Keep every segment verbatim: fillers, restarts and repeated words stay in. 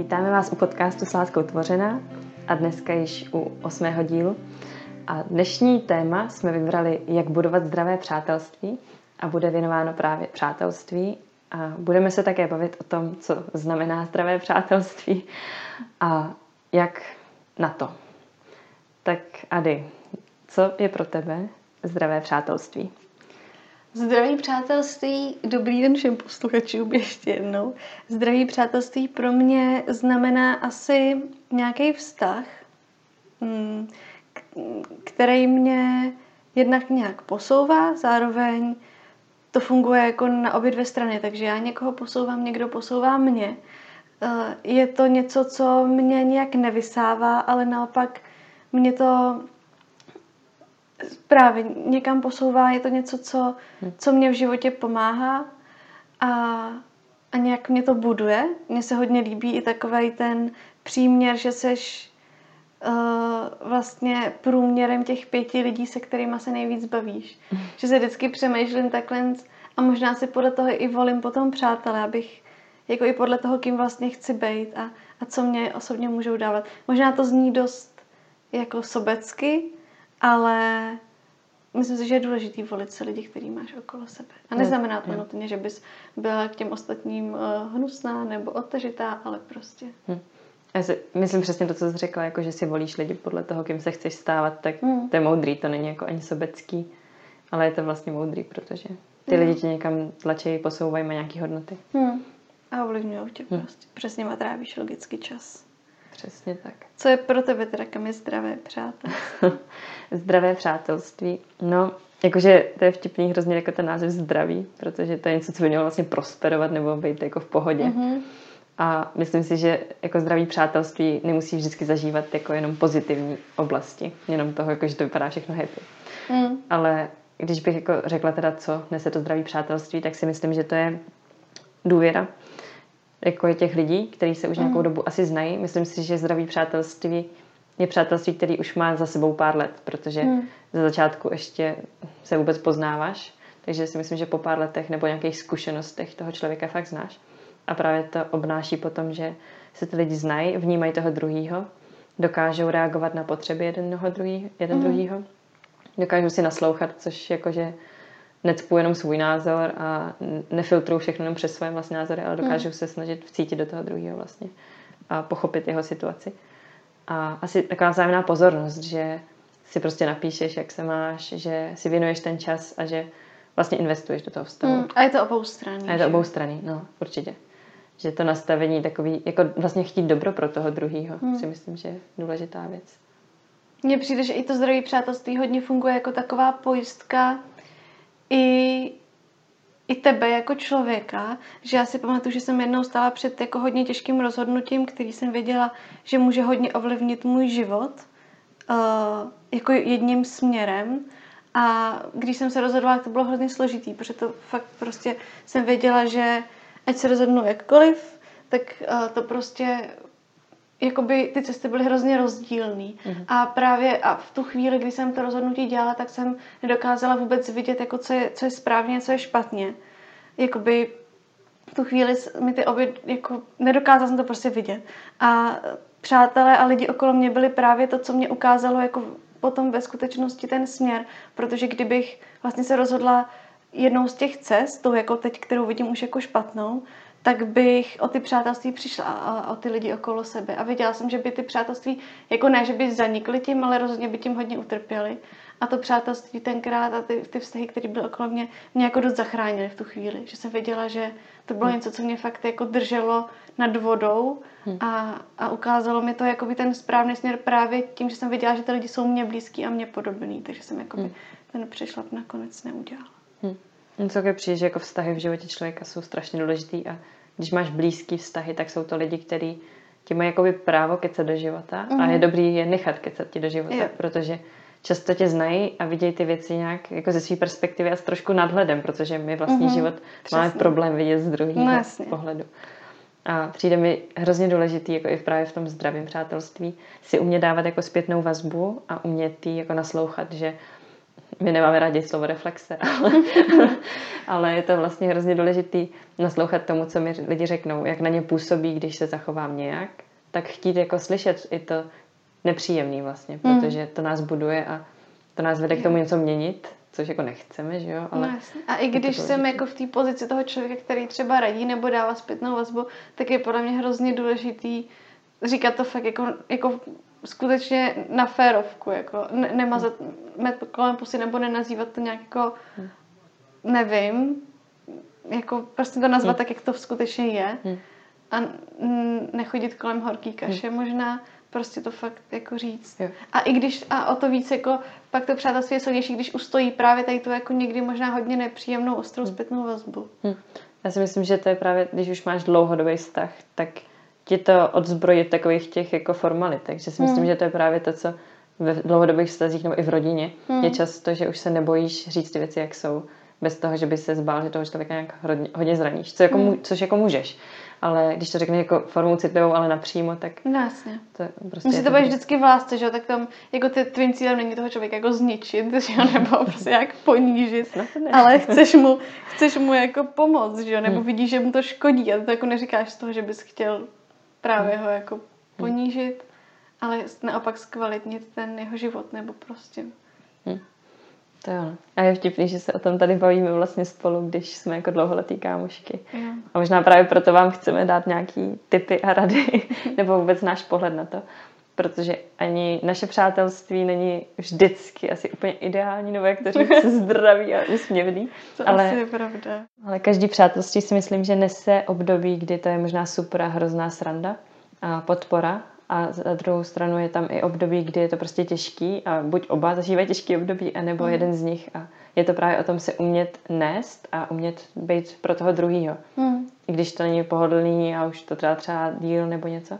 Vítáme vás u podcastu S láskou tvořená a dneska již u osmého dílu. A dnešní téma jsme vybrali, jak budovat zdravé přátelství a bude věnováno právě přátelství. A budeme se také bavit o tom, co znamená zdravé přátelství a jak na to. Tak Ady, co je pro tebe zdravé přátelství? Zdraví přátelství, dobrý den všem posluchačům ještě jednou. Zdraví přátelství pro mě znamená asi nějaký vztah, který mě jednak nějak posouvá, zároveň to funguje jako na obě dvě strany, takže já někoho posouvám, někdo posouvá mě. Je to něco, co mě nějak nevysává, ale naopak mě to právě někam posouvá, je to něco, co, co mě v životě pomáhá a, a nějak mě to buduje. Mně se hodně líbí i takovej ten příměr, že seš uh, vlastně průměrem těch pěti lidí, se kterými se nejvíc bavíš. Mm. Že se vždycky přemýšlím takhle a možná si podle toho i volím potom přátelé, abych jako i podle toho, kým vlastně chci být a, a co mě osobně můžou dávat. Možná to zní dost jako sobecky, ale myslím si, že je důležitý volit se lidi, který máš okolo sebe. A neznamená to nutně, že bys byla k těm ostatním uh, hnusná nebo odtažitá, ale prostě. Hmm. Já si myslím přesně to, co jsi řekla, jako že si volíš lidi podle toho, kým se chceš stávat, tak hmm. to je moudrý, to není jako ani sobecký, ale je to vlastně moudrý, protože ty hmm. lidi tě někam tlačí, posouvají, mají nějaký hodnoty. Hmm. A ovlivňují tě hmm. prostě. Přesně má trávíš logický čas. Přesně tak. Co je pro tebe teda, kam je zdravé přátelství? Zdravé přátelství. No, jakože to je vtipný hrozně jako ten název zdraví, protože to je něco, co by mělo vlastně prosperovat nebo být jako v pohodě. Mm-hmm. A myslím si, že jako zdraví přátelství nemusí vždycky zažívat jako jenom pozitivní oblasti. Jenom toho, jako, že to vypadá všechno happy. Mm. Ale když bych jako řekla teda, co nese to zdraví přátelství, tak si myslím, že to je důvěra. Jako je těch lidí, kteří se už nějakou mm. dobu asi znají. Myslím si, že zdraví přátelství je přátelství, který už má za sebou pár let, protože mm. za začátku ještě se vůbec poznáváš, takže si myslím, že po pár letech nebo nějakých zkušenostech toho člověka fakt znáš. A právě to obnáší potom, že se ty lidi znají, vnímají toho druhýho, dokážou reagovat na potřeby jednoho druhý, jeden mm. druhýho, dokážou si naslouchat, což jakože necpu jenom svůj názor a nefiltruju všechno jenom přes svoje vlastní názory, ale dokážu mm. se snažit vcítit do toho druhého vlastně a pochopit jeho situaci. A asi taková vzájemná pozornost, že si prostě napíšeš, jak se máš, že si věnuješ ten čas a že vlastně investuješ do toho vztahu. Mm. A je to oboustranný. A je to oboustranný, no, určitě. Že to nastavení takový, jako vlastně chtít dobro pro toho druhého, mm. si myslím, že je důležitá věc. Mně přijde, že i to zdraví přátelství hodně funguje jako taková pojistka i, i tebe jako člověka, že já si pamatuju, že jsem jednou stála před jako hodně těžkým rozhodnutím, který jsem věděla, že může hodně ovlivnit můj život uh, jako jedním směrem a když jsem se rozhodla, to bylo hrozně složitý, protože to fakt prostě jsem věděla, že ať se rozhodnu jakkoliv, tak uh, to prostě jakoby ty cesty byly hrozně rozdílný. Mm. A právě a v tu chvíli, kdy jsem to rozhodnutí dělala, tak jsem nedokázala vůbec vidět, jako co je, co je správně, co je špatně. Jakoby v tu chvíli mi ty obě, jako nedokázala jsem to prostě vidět. A přátelé a lidi okolo mě byli právě to, co mě ukázalo jako potom ve skutečnosti ten směr. Protože kdybych vlastně se rozhodla jednou z těch cest, tou jako teď, kterou vidím už jako špatnou, tak bych o ty přátelství přišla a o ty lidi okolo sebe. A věděla jsem, že by ty přátelství, jako ne, že by zanikly tím, ale rozhodně by tím hodně utrpěly. A to přátelství tenkrát a ty, ty vztahy, které byly okolo mě, mě jako dost zachránily v tu chvíli. Že jsem věděla, že to bylo něco, co mě fakt jako drželo nad vodou a, a ukázalo mi to jakoby ten správný směr právě tím, že jsem věděla, že ty lidi jsou mě blízký a mě podobný. Takže jsem jakoby ten přešlap nakonec neudělala. Hmm. Co přijde, že jako vztahy v životě člověka jsou strašně důležitý a když máš blízký vztahy, tak jsou to lidi, kteří ti mají jakoby právo kecat do života mm. a je dobrý je nechat kecat ti do života, je. Protože často tě znají a vidějí ty věci nějak jako ze své perspektivy a s trošku nadhledem, protože my vlastní mm-hmm. život Přesně. máme problém vidět z druhého no, pohledu. A přijde mi hrozně důležitý, jako i právě v tom zdravém přátelství, si umět dávat jako zpětnou vazbu a umět jí jako naslouchat, že my nemáme rádi slovo reflexe, ale, ale je to vlastně hrozně důležitý naslouchat tomu, co mi lidi řeknou, jak na ně působí, když se zachovám nějak, tak chtít jako slyšet i to nepříjemný vlastně, protože to nás buduje a to nás vede k tomu něco měnit, což jako nechceme, že jo? Ale no, a i když jsem jako v té pozici toho člověka, který třeba radí nebo dává zpětnou vazbu, tak je podle mě hrozně důležitý říkat to fakt jako, jako skutečně na férovku, jako ne, nemazat met kolem pusy nebo nenazývat to nějak jako nevím, jako prostě to nazvat hmm. tak, jak to skutečně je hmm. a nechodit kolem horký kaše hmm. možná, prostě to fakt jako říct. Jo. A i když, a o to víc jako pak to přátelství je silnější, když ustojí právě tady tu jako někdy možná hodně nepříjemnou ostrou hmm. zpětnou vazbu. Hmm. Já si myslím, že to je právě, když už máš dlouhodobý vztah, tak ti to odzbrojí takových těch jako formalit. Takže si myslím, hmm. že to je právě to, co v dlouhodobých vztazích nebo i v rodině hmm. je často, že už se nebojíš říct ty věci, jak jsou, bez toho, že by se zbál, že toho člověka nějak hodně, hodně zraníš. Co jako, hmm. což jako můžeš. Ale když to řekne jako formou citlivou, ale napřímo, tak no, jasně. To prostě Musí to být vždycky v lásce, že jo, tak tam jako ty, tvým cílem není toho člověka jako zničit, že jo, nebo prostě jak ponížit, ale chceš mu, chceš mu jako pomoct, že jo, nebo hmm. vidíš, že mu to škodí a ty to jako neříkáš z toho, že bys chtěl právě hmm. ho jako ponížit, ale naopak zkvalitnit ten jeho život, nebo prostě. Hmm. To jo. A je vtipný, že se o tom tady bavíme vlastně spolu, když jsme jako dlouholetý kámošky. Jo. A možná právě proto vám chceme dát nějaký tipy a rady, nebo vůbec náš pohled na to. Protože ani naše přátelství není vždycky asi úplně ideální, nebo jak to říct, zdravý a úsměvný. To ale, asi je pravda. Ale každý přátelství si myslím, že nese období, kdy to je možná super a hrozná sranda a podpora. A za druhou stranu je tam i období, kdy je to prostě těžký a buď oba zažívají těžký období, anebo mm. jeden z nich. A je to právě o tom se umět nést a umět být pro toho druhýho. Mm. I když to není pohodlný a už to třeba třeba díl nebo něco.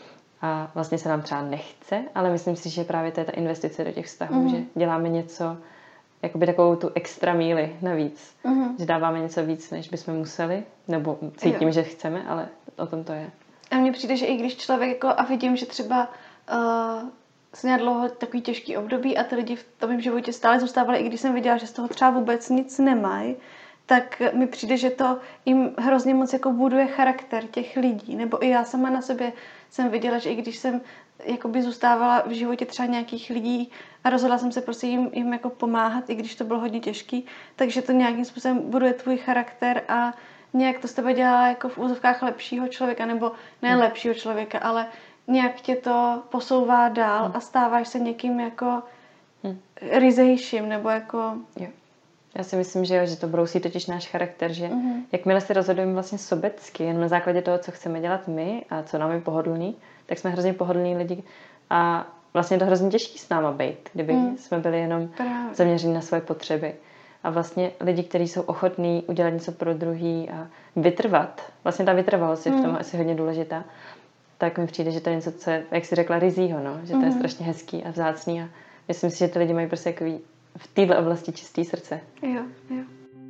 A vlastně se nám třeba nechce, ale myslím si, že právě to je ta investice do těch vztahů, mm. že děláme něco, jakoby takovou tu extra míli navíc. Mm. Že dáváme něco víc, než bychom museli, nebo cítím, jo. že chceme, ale o tom to je. A mně přijde, že i když člověk jako, a vidím, že třeba uh, se nějak dlouho takový těžký období a ty lidi v tom životě stále zůstávali, i když jsem viděla, že z toho třeba vůbec nic nemají, tak mi přijde, že to jim hrozně moc jako buduje charakter těch lidí. Nebo i já sama na sobě jsem viděla, že i když jsem jakoby zůstávala v životě třeba nějakých lidí a rozhodla jsem se prostě jim, jim jako pomáhat, i když to bylo hodně těžký, takže to nějakým způsobem buduje tvůj charakter a nějak to z tebe dělá jako v úzovkách lepšího člověka, nebo ne lepšího člověka, ale nějak tě to posouvá dál hmm. a stáváš se někým jako hmm. ryzejším, nebo jako... Jo. Já si myslím, že, jo, že to brousí totiž náš charakter, že hmm. jakmile si rozhodujeme vlastně sobecky, jen na základě toho, co chceme dělat my a co nám je pohodlný, tak jsme hrozně pohodlní lidi a vlastně je to hrozně těžký s náma být, kdyby hmm. jsme byli jenom Právě. zaměření na svoje potřeby. A vlastně lidi, kteří jsou ochotní udělat něco pro druhý a vytrvat, vlastně ta vytrvalost je v tom mm. asi hodně důležitá, tak mi přijde, že to je něco, co je, jak jsi řekla, rizího, no? Že to mm. je strašně hezký a vzácný a myslím si, že ty lidi mají prostě takový v této oblasti čistý srdce. Jo, jo.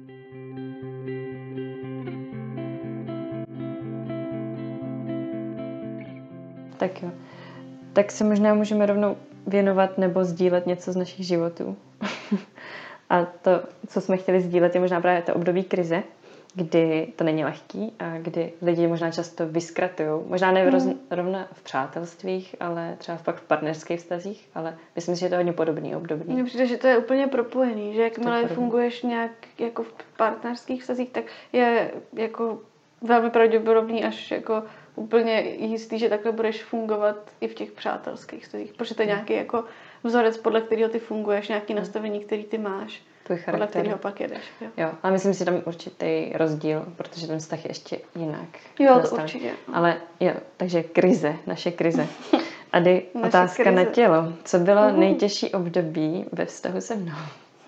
Tak jo. Tak se možná můžeme rovnou věnovat nebo sdílet něco z našich životů. A to, co jsme chtěli sdílet, je možná právě to období krize, kdy to není lehký a kdy lidi možná často vyskratují. Možná ne mm. rovna v přátelstvích, ale třeba pak v partnerských vztazích, ale myslím si, že to je hodně podobný období. Mně přijde, že to je úplně propojený, že jakmile funguješ nějak jako v partnerských vztazích, tak je jako velmi pravděpodobný až jako úplně jistý, že takhle budeš fungovat i v těch přátelských vztazích, protože to je nějaký jako vzorec, podle kterého ty funguješ, nějaký nastavení, který ty máš, podle kterého pak jedeš. Jo. jo, ale myslím si, že tam určitý rozdíl, protože ten vztah je ještě jinak. Jo, nastaven. To určitě. Ale jo, takže krize, naše krize. Ady, otázka krize. Na tělo. Co bylo uhum. nejtěžší období ve vztahu se mnou?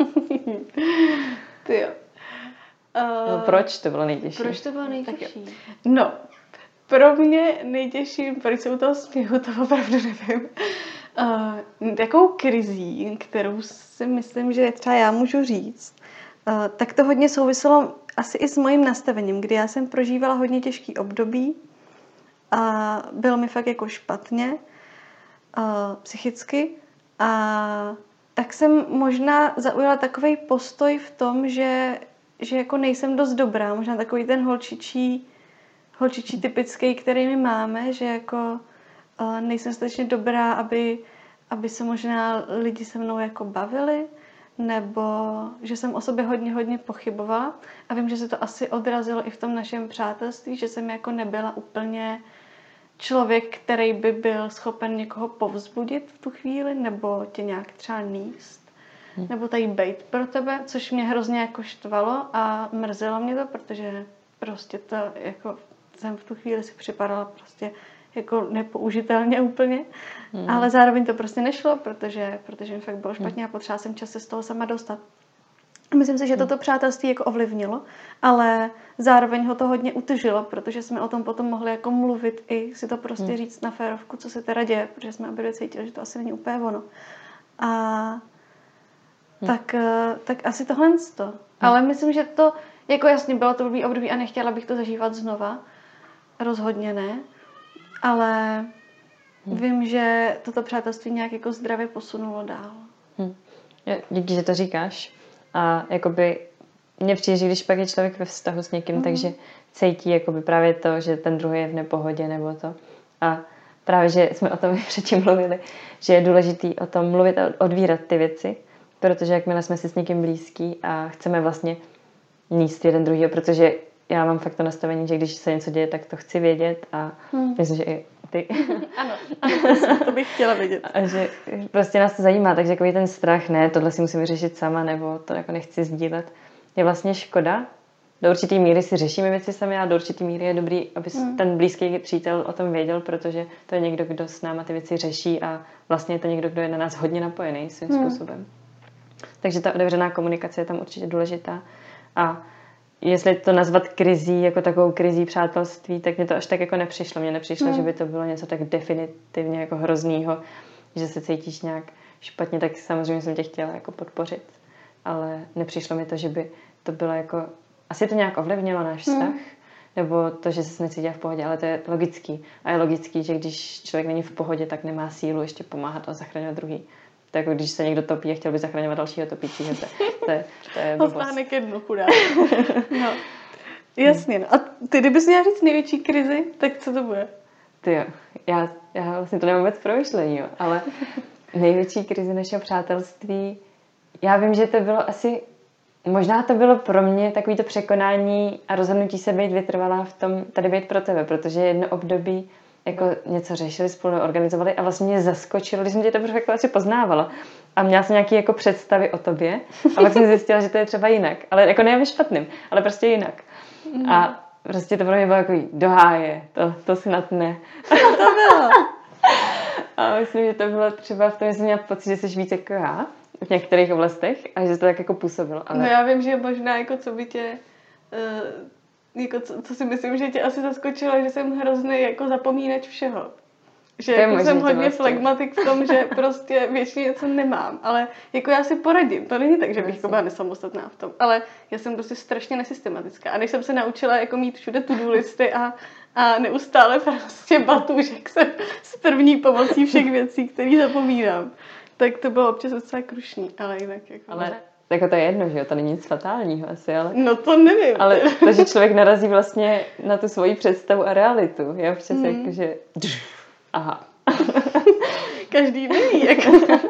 Ty jo. Uh, no, proč to bylo nejtěžší? Proč to bylo nejtěžší? No, pro mě nejtěžší, proč se u toho směchu, to opravdu nevím. Uh, takovou krizí, kterou si myslím, že třeba já můžu říct, uh, tak to hodně souviselo asi i s mojím nastavením, kdy já jsem prožívala hodně těžký období a bylo mi fakt jako špatně uh, psychicky a tak jsem možná zaujala takový postoj v tom, že, že jako nejsem dost dobrá. Možná takový ten holčičí, holčičí typický, který my máme, že jako uh, nejsem dostatečně dobrá, aby, aby se možná lidi se mnou jako bavili, nebo že jsem o sobě hodně, hodně pochybovala. A vím, že se to asi odrazilo i v tom našem přátelství, že jsem jako nebyla úplně člověk, který by byl schopen někoho povzbudit v tu chvíli, nebo tě nějak třeba níst, hmm. nebo tady bejt pro tebe, což mě hrozně jako štvalo a mrzelo mě to, protože prostě to jako jsem v tu chvíli si připadala prostě jako nepoužitelně úplně, hmm. ale zároveň to prostě nešlo, protože, protože mi fakt bylo špatně a potřeba jsem čas se z toho sama dostat. Myslím si, že toto přátelství jako ovlivnilo, ale zároveň ho to hodně utužilo, protože jsme o tom potom mohli jako mluvit i si to prostě hmm. říct na férovku, co se teda děje, protože jsme obě cítili, že to asi není úplně ono. A hmm. tak, tak asi tohle to. Hmm. Ale myslím, že to, jako jasně bylo to blbý období a nechtěla bych to zažívat znova. Rozhodně ne. Ale hmm. vím, že toto přátelství nějak jako zdravě posunulo dál. Hmm. Díky, že to říkáš. A jakoby mně přijde, že když pak je člověk ve vztahu s někým, mm. takže cítí jakoby právě to, že ten druhý je v nepohodě nebo to. A právě, že jsme o tom předtím mluvili, že je důležitý o tom mluvit a odvírat ty věci, protože jakmile jsme si s někým blízký a chceme vlastně níst jeden druhýho, protože já mám fakt to nastavení, že když se něco děje, tak to chci vědět a mm. myslím, že i ty. Ano, ano, to bych chtěla vědět. A že prostě nás to zajímá, takže jako ten strach, ne, tohle si musím vyřešit sama, nebo to jako nechci sdílet, je vlastně škoda. Do určitý míry si řešíme věci sami a do určitý míry je dobrý, aby mm. ten blízký přítel o tom věděl, protože to je někdo, kdo s náma ty věci řeší a vlastně je to někdo, kdo je na nás hodně napojený svým mm. způsobem. Takže ta otevřená komunikace je tam určitě důležitá. A jestli to nazvat krizí, jako takovou krizí přátelství, tak mě to až tak jako nepřišlo. Mně nepřišlo, mm. že by to bylo něco tak definitivně jako hroznýho, že se cítíš nějak špatně, tak samozřejmě jsem tě chtěla jako podpořit. Ale nepřišlo mi to, že by to bylo jako... Asi to nějak ovlivnilo náš vztah, mm. nebo to, že se necítila v pohodě, ale to je logický. A je logický, že když člověk není v pohodě, tak nemá sílu ještě pomáhat a zachraňovat druhý. To jako když se někdo topí a chtěl by zachraňovat dalšího topícího, to, to, je, to je blbost. Ostáhne ke dnu, chudák. No. Jasně, no. A ty, kdybys měla říct největší krizi, tak co to bude? Ty jo, já, já vlastně to nemám vůbec promyšlení, jo, ale největší krizi našeho přátelství, já vím, že to bylo asi, možná to bylo pro mě takový to překonání a rozhodnutí se být vytrvalá v tom, tady být pro tebe, protože jedno období jako něco řešili, spolu organizovali a vlastně mě zaskočilo, když jsem tě teprve jako asi poznávala a měla jsem nějaké jako představy o tobě a pak jsem zjistila, že to je třeba jinak, ale jako ne ve špatným, ale prostě jinak. Mm. A prostě to pro mě bylo jako do háje, to, to snad ne. To bylo. A myslím, že to bylo třeba v tom, že jsem měla pocit, že jsi víc jako já v některých oblastech a že to tak jako působilo. Ale... No já vím, že možná jako co by tě... Uh... Jako co, co si myslím, že tě asi zaskočilo, že jsem hrozný jako zapomínač všeho. Že jako jsem hodně vlastně flegmatik v tom, že prostě většině něco nemám. Ale jako já si poradím. To není tak, že bych jako byla nesamostatná v tom. Ale já jsem prostě strašně nesystematická. A než jsem se naučila jako mít všude to-do listy a, a neustále prostě batůžek se s první pomocí všech věcí, které zapomínám, tak to bylo občas docela krušný. Ale jinak jako... Ale... Jako to je jedno, že jo, to není nic fatálního asi, ale... No to nevím. Ale to, že člověk narazí vlastně na tu svoji představu a realitu, je občas mm. jako, že... Aha. Každý neví, jako...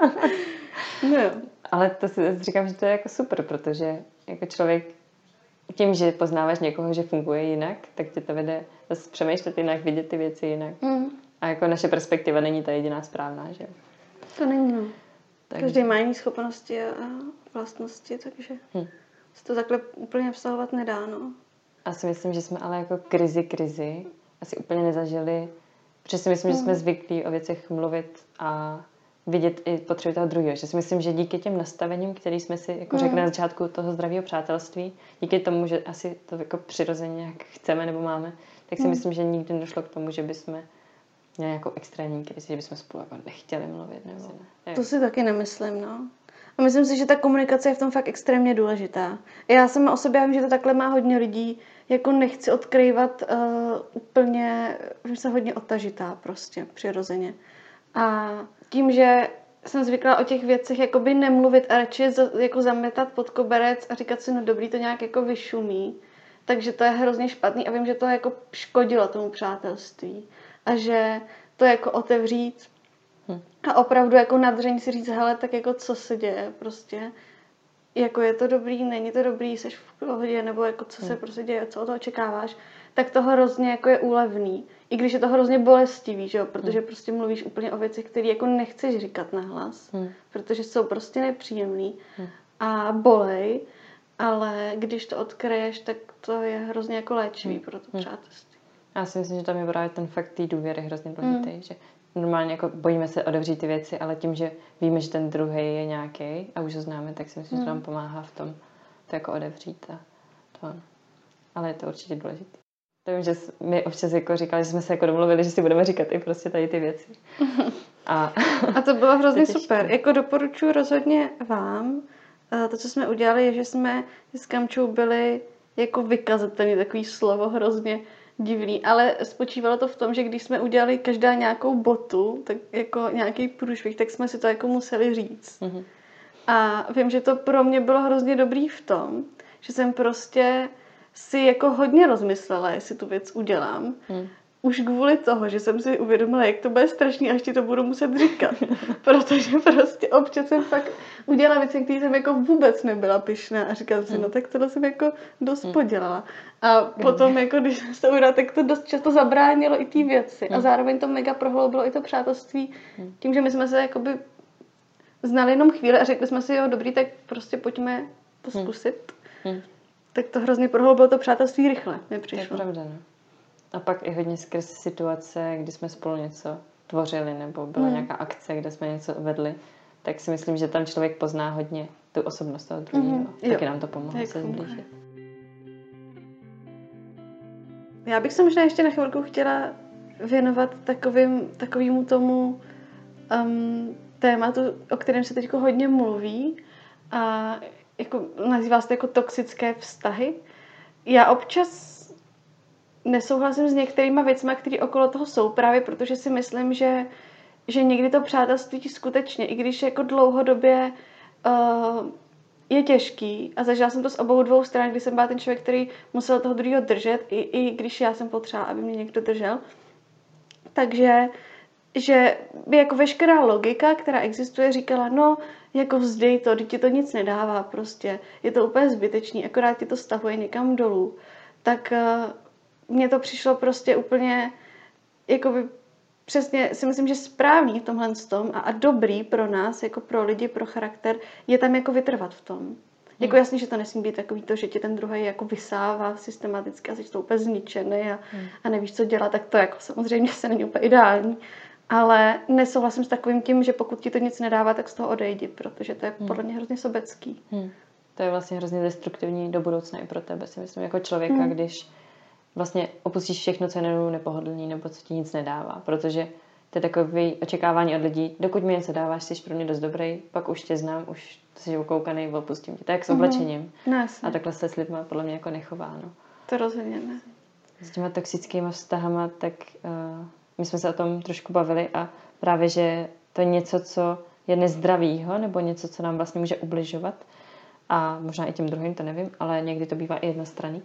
No. Ale to si říkám, že to je jako super, protože jako člověk tím, že poznáváš někoho, že funguje jinak, tak tě to vede zase přemýšlet jinak, vidět ty věci jinak. Mm. A jako naše perspektiva není ta jediná správná, že jo? To není, no. Tak... Každý má jiné schopnosti a vlastnosti, takže hm. se to takhle úplně vztahovat nedá, no. Asi myslím, že jsme ale jako krizi, krizi asi úplně nezažili. Přesně myslím, hm. že jsme zvyklí o věcech mluvit a vidět i potřeby toho druhého. Že si myslím, že díky těm nastavením, který jsme si jako řekli hm. na začátku toho zdravého přátelství, díky tomu, že asi to jako přirozeně nějak chceme nebo máme, tak si hm. myslím, že nikdy nedošlo k tomu, že bychom měli jako extrémní krizi, že bychom spolu jako nechtěli mluvit. Nebo ne. To si taky nemyslím, no. A myslím si, že ta komunikace je v tom fakt extrémně důležitá. Já sama o sobě vím, že to takhle má hodně lidí, jako nechci odkrývat uh, úplně, že se hodně odtažitá prostě, přirozeně. A tím, že jsem zvyklá o těch věcech jakoby nemluvit a radši za, jako zametat pod koberec a říkat si, no dobrý, to nějak jako vyšumí. Takže to je hrozně špatný a vím, že to jako škodilo tomu přátelství. A že to jako otevřít hm. a opravdu jako nadřeň si říct, hele, tak jako co se děje prostě. Jako je to dobrý, není to dobrý, seš v pohodě, nebo jako co se hm. prostě děje, co od toho očekáváš. Tak to hrozně jako je úlevný. I když je to hrozně bolestivý, že jo? Protože hmm. prostě mluvíš úplně o věcech, které jako nechceš říkat nahlas, hmm. protože jsou prostě nepříjemný hmm. a bolej, ale když to odkryješ, tak to je hrozně jako léčivý hmm. pro to přátelství. Já si myslím, že tam je právě ten fakt té důvěry hrozně důležitý, hmm. že normálně jako bojíme se otevřít ty věci, ale tím, že víme, že ten druhý je nějaký a už ho známe, tak si myslím, hmm. že to nám pomáhá v tom to jako otevřít a to. Ale je to určitě důležitý. To vím, že my občas jako říkali, že jsme se jako domluvili, že si budeme říkat i prostě tady ty věci. A, a to bylo hrozně to super. Jako doporučuji rozhodně vám. To, co jsme udělali, je, že jsme s Kamčou byli jako vykazatelný, takový slovo hrozně divný, ale spočívalo to v tom, že když jsme udělali každá nějakou botu, tak jako nějaký průšvih, tak jsme si to jako museli říct. Mm-hmm. A vím, že to pro mě bylo hrozně dobrý v tom, že jsem prostě si jako hodně rozmyslela, jestli tu věc udělám. Hmm. Už kvůli toho, že jsem si uvědomila, jak to bude strašný a ještě to budu muset říkat. Protože prostě občas jsem fakt udělala věci, které jsem jako vůbec nebyla pyšná a říkala si, hmm. no tak tohle jsem jako dost hmm. podělala. A potom, jako když jsem se udělala, tak to dost často zabránilo i ty věci. Hmm. A zároveň to mega prohloubilo i to přátelství. Hmm. Tím, že my jsme se jakoby znali jenom chvíli a řekli jsme si, jo, dobrý, tak prostě pojďme to zkusit. Hmm. Tak to hrozně prohloubilo to přátelství rychle, mi přišlo. To je pravda, no. A pak i hodně skrz situace, kdy jsme spolu něco tvořili, nebo byla hmm. nějaká akce, kde jsme něco vedli, tak si myslím, že tam člověk pozná hodně tu osobnost toho druhého. Hmm. Taky nám to pomohlo se zblížit. Já bych se možná ještě na chvilku chtěla věnovat takovým, takovému tomu um, tématu, o kterém se teď hodně mluví a jako, nazývá se to jako toxické vztahy. Já občas nesouhlasím s některýma věcmi, které okolo toho jsou, právě protože si myslím, že, že někdy to přátelství skutečně, i když jako dlouhodobě uh, je těžký, a zažila jsem to s obou dvou stran, kdy jsem byla ten člověk, který musel toho druhého držet, i, i když já jsem potřeba, aby mě někdo držel. Takže že by jako veškerá logika, která existuje, říkala, no, jako vzdej to, ti to nic nedává prostě, je to úplně zbytečný, akorát ti to stahuje někam dolů. Tak uh, mně to přišlo prostě úplně, jakoby přesně si myslím, že správný v tomhle tom a, a dobrý pro nás, jako pro lidi, pro charakter, je tam jako vytrvat v tom. Hmm. Jako jasně, že to nesmí být takový to, že tě ten druhý jako vysává systematicky a jsi to úplně zničený a, hmm. a nevíš, co dělat, tak to jako samozřejmě se není úplně ideální. Ale nesouhlasím s takovým tím, že pokud ti to nic nedává, tak z toho odejdi, protože to je hmm. podle mě hrozně sobecký. Hmm. To je vlastně hrozně destruktivní do budoucna i pro tebe, si myslím, jako člověka, hmm. když vlastně opustíš všechno, co je nepohodlný nebo co ti nic nedává, protože to je takové očekávání od lidí, dokud mi něco dáváš, jsi pro mě dost dobrý, pak už tě znám, už jsi okoukaný, opustím tě. To je jak s oblečením. Hmm. A takhle se s lidma podle mě jako nechová. No. To rozhodně ne. S těma toxickými vztahama, tak uh, my jsme se o tom trošku bavili a právě, že to je něco, co je nezdravýho, nebo něco, co nám vlastně může ubližovat. A možná i těm druhým, to nevím, ale někdy to bývá i jednostranný.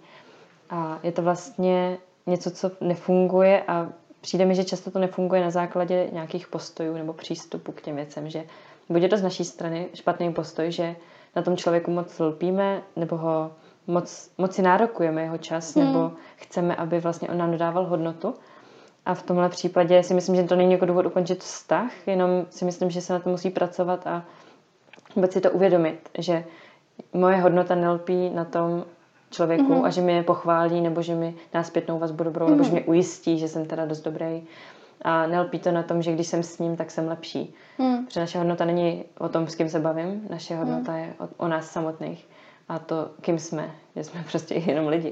A je to vlastně něco, co nefunguje a přijde mi, že často to nefunguje na základě nějakých postojů nebo přístupů k těm věcem, že buď je to z naší strany špatný postoj, že na tom člověku moc lpíme, nebo ho moc, moc si nárokujeme jeho čas, hmm. nebo chceme, aby vlastně on nám dodával hodnotu. A v tomhle případě si myslím, že to není jako důvod ukončit vztah, jenom si myslím, že se na to musí pracovat a vůbec si to uvědomit, že moje hodnota nelpí na tom člověku mm-hmm. a že mě pochválí, nebo že mi dá zpětnou vazbu dobrou, mm-hmm. nebo že mě ujistí, že jsem teda dost dobrý. A nelpí to na tom, že když jsem s ním, tak jsem lepší. Mm. Protože naše hodnota není o tom, s kým se bavím, naše hodnota mm. je o, o nás samotných a to, kým jsme, že jsme prostě jenom lidi.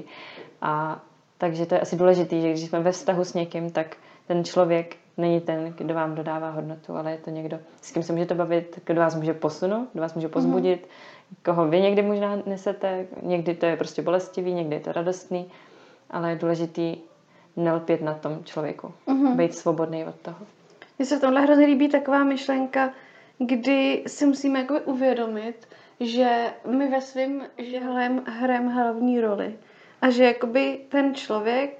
A takže to je asi důležitý, že když jsme ve vztahu s někým, tak ten člověk není ten, kdo vám dodává hodnotu, ale je to někdo, s kým se můžete bavit, kdo vás může posunout, kdo vás může pozbudit, mm-hmm. koho vy někdy možná nesete, někdy to je prostě bolestivý, někdy je to radostný, ale je důležitý nelpět na tom člověku, mm-hmm. být svobodný od toho. Mně se v tomhle hrozně líbí taková myšlenka, kdy si musíme jakoby uvědomit, že my ve svém hrajeme hrajem hlavní roli. A že jakoby ten člověk,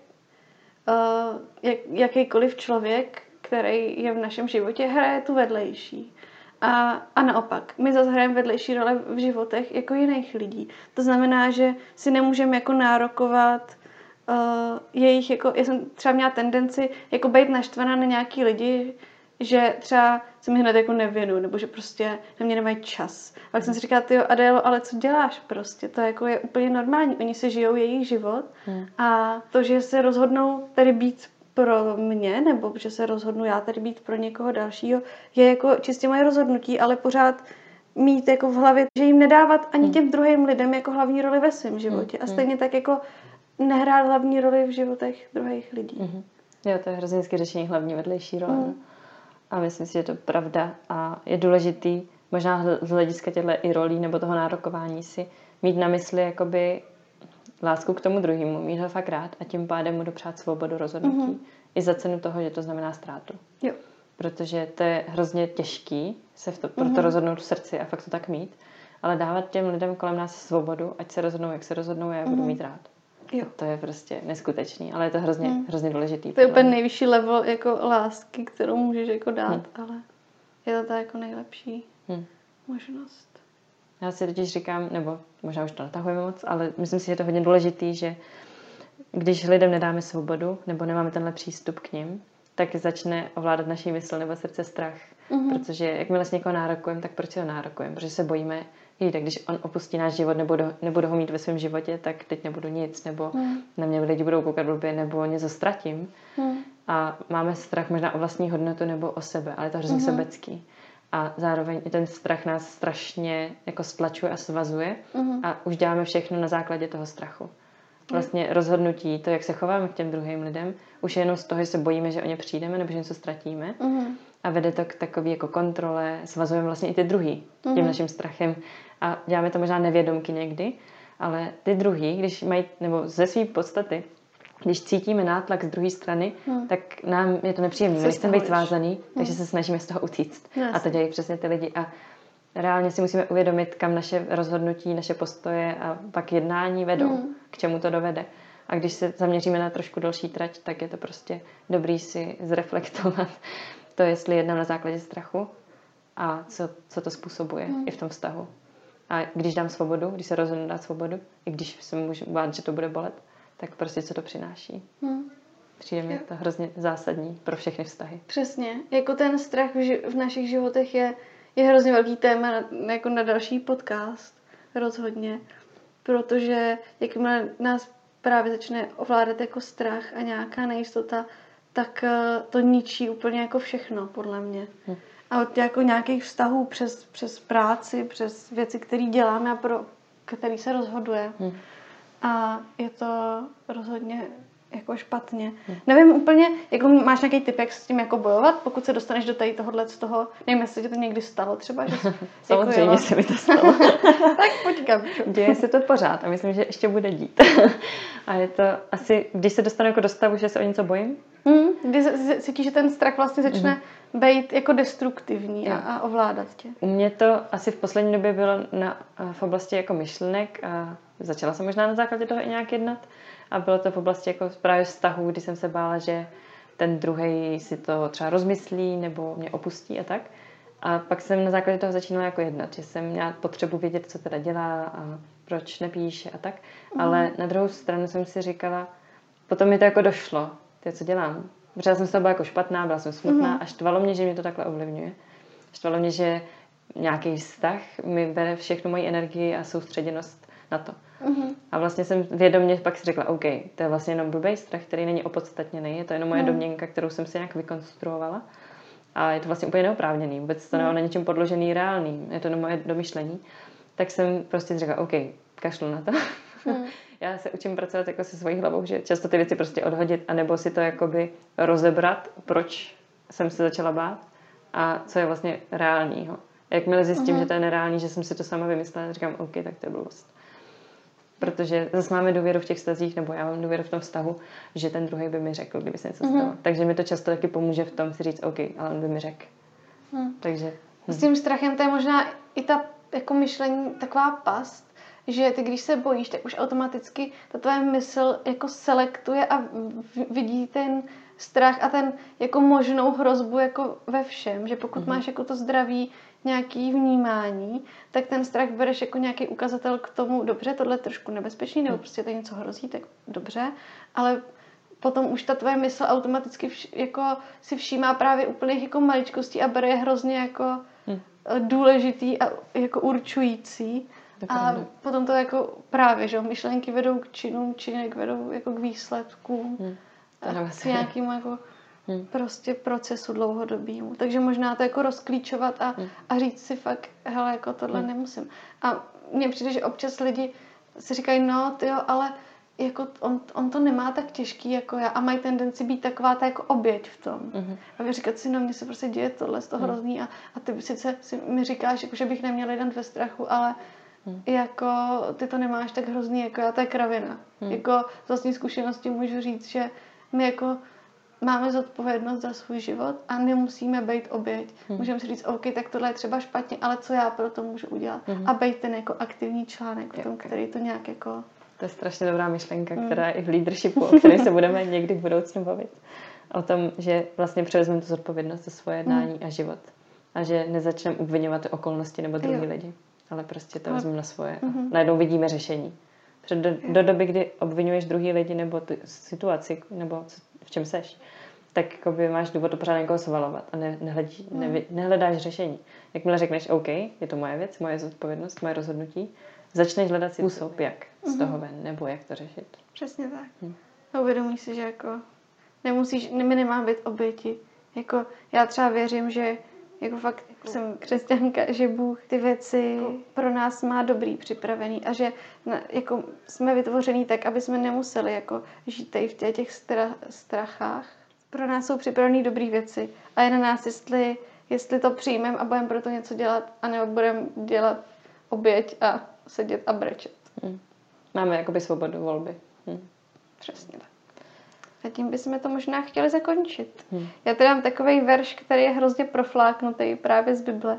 uh, jak, jakýkoliv člověk, který je v našem životě, hraje tu vedlejší. A, a naopak, my zase hrajeme vedlejší role v životech jako jiných lidí. To znamená, že si nemůžeme jako nárokovat uh, jejich, jako, já jsem třeba měla tendenci jako být naštvaná na nějaký lidi, že třeba se mi hned jako nevěnuju, nebo že prostě na mě nemají čas. A tak jsem si říkala, tyjo, Adélo, ale co děláš prostě? To jako je úplně normální. Oni si žijou jejich život hmm. a to, že se rozhodnou tady být pro mě, nebo že se rozhodnu já tady být pro někoho dalšího, je jako čistě moje rozhodnutí, ale pořád mít jako v hlavě, že jim nedávat ani těm druhým lidem jako hlavní roli ve svém životě. A stejně tak jako nehrát hlavní roli v životech druhých lidí. Mm-hmm. Jo, to je hrozně hezké řešení hlavní vedlejší role. Mm. A myslím si, že je to pravda a je důležitý, možná z hlediska těchto i rolí nebo toho nárokování si, mít na mysli jakoby lásku k tomu druhému, mít ho fakt rád a tím pádem mu dopřát svobodu rozhodnutí. Mm-hmm. I za cenu toho, že to znamená ztrátu. Jo. Protože to je hrozně těžký se v to, pro to mm-hmm. rozhodnout v srdci a fakt to tak mít, ale dávat těm lidem kolem nás svobodu, ať se rozhodnou, jak se rozhodnou, já je budu mm-hmm. mít rád. Jo. To je prostě neskutečný, ale je to hrozně, mm. hrozně důležitý. To je úplně nejvyšší level jako lásky, kterou můžeš jako dát, mm. ale je to ta jako nejlepší mm. možnost. Já si totiž říkám, nebo možná už to natahujeme moc, ale myslím si, že je to hodně důležitý, že když lidem nedáme svobodu, nebo nemáme tenhle přístup k nim, tak začne ovládat naší mysl nebo srdce strach. Mm-hmm. Protože jakmile s někoho nárokujeme, tak proč ho nárokujeme? Protože se bojíme, že tak když on opustí náš život, nebudu, nebudu ho mít ve svém životě, tak teď nebudu nic, nebo mm. na mě lidi budou koukat blbě, nebo něco ztratím. Mm. A máme strach možná o vlastní hodnotu nebo o sebe, ale je to hrozně mm-hmm. sebecký. A zároveň i ten strach nás strašně jako stlačuje a svazuje mm-hmm. a už děláme všechno na základě toho strachu. Vlastně rozhodnutí, to, jak se chováme k těm druhým lidem, už je jenom z toho, že se bojíme, že o ně přijdeme nebo že něco ztratíme. Mm-hmm. A vede to k takové jako kontrole, svazujeme vlastně i ty druhý tím mm-hmm. naším strachem. A děláme to možná nevědomky někdy, ale ty druhý, když mají, nebo ze své podstaty, když cítíme nátlak z druhé strany, hmm. tak nám je to nepříjemné. My nechceme být svázaný, hmm. takže se snažíme z toho utíct. Yes. A to dělají přesně ty lidi. A reálně si musíme uvědomit, kam naše rozhodnutí, naše postoje a pak jednání vedou, hmm. k čemu to dovede. A když se zaměříme na trošku delší trať, tak je to prostě dobrý si zreflektovat to, jestli jednám na základě strachu a co, co to způsobuje hmm. i v tom vztahu. A když dám svobodu, když se rozhodnu dát svobodu, i když se můžu bát, že to bude bolet, tak prostě co to přináší. Hmm. Přijde mi to hrozně zásadní pro všechny vztahy. Přesně. Jako ten strach v, ži- v našich životech je, je hrozně velký téma na, jako na další podcast. Rozhodně. Protože jakmile nás právě začne ovládat jako strach a nějaká nejistota, tak to ničí úplně jako všechno, podle mě. Hmm. A od jako nějakých vztahů přes, přes práci, přes věci, které děláme a pro který se rozhoduje. Hmm. A je to rozhodně jako špatně. Hmm. Nevím úplně, jako máš nějaký tip, jak s tím jako bojovat, pokud se dostaneš do tady tohohle z toho, nevím, jestli se to někdy stalo třeba. Že samozřejmě jako se mi to stalo. Tak počkám. Děje se to pořád a myslím, že ještě bude dít. A je to asi, když se dostanu jako do stavu, že se o něco bojím. Hmm, kdy cítíš, že ten strach vlastně začne hmm. být jako destruktivní a, a ovládat tě. U mě to asi v poslední době bylo na, v oblasti jako myšlenek a začala jsem možná na základě toho i nějak jednat. A bylo to v oblasti jako právě vztahu, kdy jsem se bála, že ten druhej si to třeba rozmyslí nebo mě opustí a tak. A pak jsem na základě toho začínala jako jednat, že jsem měla potřebu vědět, co teda dělá a proč nepíše a tak. Mm. Ale na druhou stranu jsem si říkala, potom mi to jako došlo, to, co dělám. Protože já jsem se byla jako špatná, byla jsem smutná mm. a štvalo mě, že mě to takhle ovlivňuje. Štvalo mě, že nějaký vztah mi bere všechnu moji energii a soustředěnost na to. Mm-hmm. A vlastně jsem vědomě pak si řekla, OK, to je vlastně jenom blbý strach, který není opodstatněný, je to jenom moje mm. domněnka, kterou jsem si nějak vykonstruovala. A je to vlastně úplně neoprávněný, vůbec to mm. na něčem podložený, reálný, je to jenom moje domyšlení. Tak jsem prostě řekla, OK, kašlu na to. Mm. Já se učím pracovat jako se svojí hlavou, že často ty věci prostě odhodit, anebo si to jakoby rozebrat, proč jsem se začala bát a co je vlastně reálního. Jakmile zjistím, mm-hmm. že to je nereálný, že jsem si to sama vymyslela, říkám, OK, tak to je blbost. Protože zase máme důvěru v těch vztazích, nebo já mám důvěru v tom vztahu, že ten druhý by mi řekl, kdyby se něco stalo. Mm-hmm. Takže mi to často taky pomůže v tom si říct, OK, ale on by mi řekl. Mm. Takže S tím strachem to je možná i ta jako myšlení taková past, že ty, když se bojíš, tak už automaticky ta tvoje mysl jako selektuje a vidí ten strach a ten jako možnou hrozbu jako ve všem, že pokud mm-hmm. máš jako to zdraví nějaký vnímání, tak ten strach bereš jako nějaký ukazatel k tomu, dobře, tohle je trošku nebezpečný, nebo prostě to něco hrozí, tak dobře, ale potom už ta tvoje mysl automaticky vš- jako si všímá právě úplných jako maličkostí a bere je hrozně jako hmm. důležitý a jako určující. A potom to jako právě, že myšlenky vedou k činům, činek vedou jako k výsledkům hmm. a k nějakému jako hmm. prostě procesu dlouhodobýmu. Takže možná to jako rozklíčovat a, hmm. a říct si fakt, hele, jako tohle hmm. nemusím. A mně přijde, že občas lidi si říkají, no tyjo, ale jako on, on to nemá tak těžký jako já a mají tendenci být taková ta jako oběť v tom. Mm-hmm. A vy říkat si, no mně se prostě děje tohle z toho mm. hrozný a, a ty sice si mi říkáš, jako, že bych neměla jít ve strachu, ale mm. jako ty to nemáš tak hrozný jako já, to je kravina. Mm. Jako z vlastní zkušenosti můžu říct, že my jako máme zodpovědnost za svůj život a nemusíme být oběť. Mm. Můžeme si říct, OK, tak tohle je třeba špatně, ale co já pro to můžu udělat? Mm. A být ten jako aktivní článek v tom, okay. který to nějak jako... To je strašně dobrá myšlenka, která je i v leadershipu, o které se budeme někdy v budoucnu bavit. O tom, že vlastně převezmeme tu zodpovědnost za svoje jednání mm. a život. A že nezačneme obvinovat ty okolnosti nebo druhý jo. lidi, ale prostě to vezmeme na svoje. A mm-hmm. najednou vidíme řešení. Protože do, do doby, kdy obvinuješ druhý lidi nebo tu situaci, nebo v čem seš, tak jakoby máš důvod to pořád někoho svalovat a ne, nehledí, mm. ne, nehledáš řešení. Jakmile řekneš, OK, je to moje věc, moje zodpovědnost, moje rozhodnutí, začneš hledat si způsob, jak z toho ven, nebo jak to řešit. Přesně tak. Hmm. A uvědomuji si, že jako nemusíš, my nemáme být oběti. Jako já třeba věřím, že jako fakt jako jsem křesťanka, že Bůh ty věci jako pro nás má dobrý připravený a že na, jako jsme vytvoření tak, aby jsme nemuseli jako žít tady v těch, těch stra, strachách. Pro nás jsou připravený dobrý věci a je na nás, jestli, jestli to přijmeme a budeme pro to něco dělat, anebo budeme dělat oběť a sedět a brečet. Hmm. Máme jakoby svobodu volby. Hmm. Přesně tak. A tím bychom to možná chtěli zakončit. Hmm. Já tady mám takový verš, který je hrozně profláknutý právě z Bible.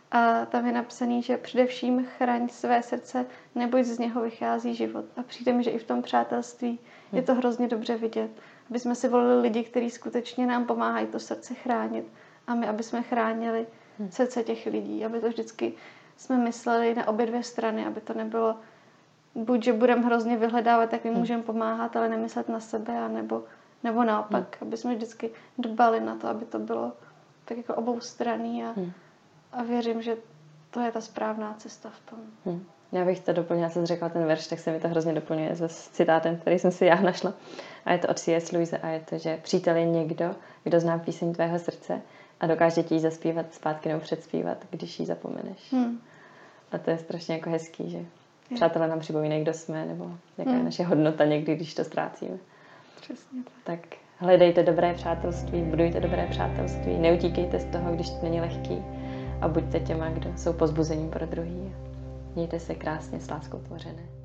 A tam je napsaný, že především chraň své srdce, neboť z něho vychází život. A přijde mi, že i v tom přátelství hmm. je to hrozně dobře vidět. Aby jsme si volili lidi, kteří skutečně nám pomáhají to srdce chránit. A my, aby jsme chránili hmm. srdce těch lidí. Aby to vždycky jsme mysleli na obě dvě strany, aby to nebylo buď, že budeme hrozně vyhledávat, jak my hmm. můžeme pomáhat, ale nemyslet na sebe, a nebo, nebo naopak, hmm. aby jsme vždycky dbali na to, aby to bylo tak jako oboustranný a, hmm. a věřím, že to je ta správná cesta v tom. Hmm. Já bych to doplnila, co jsi řekla ten verš, tak se mi to hrozně doplňuje s citátem, který jsem si já našla. A je to od C S. Lewise a je to, že přítel je někdo, kdo zná píseň tvého srdce a dokáže ti ji zaspívat zpátky nebo předspívat, když ji zapomeneš. Hmm. A to je strašně jako hezký, že přátelé nám připomínají, kdo jsme, nebo jaká je hmm. naše hodnota někdy, když to ztrácíme. Přesně tak. Tak hledejte dobré přátelství, budujte dobré přátelství, neutíkejte z toho, když to není lehký a buďte těma, kdo jsou povzbuzením pro druhý. Mějte se krásně, s láskou tvořené.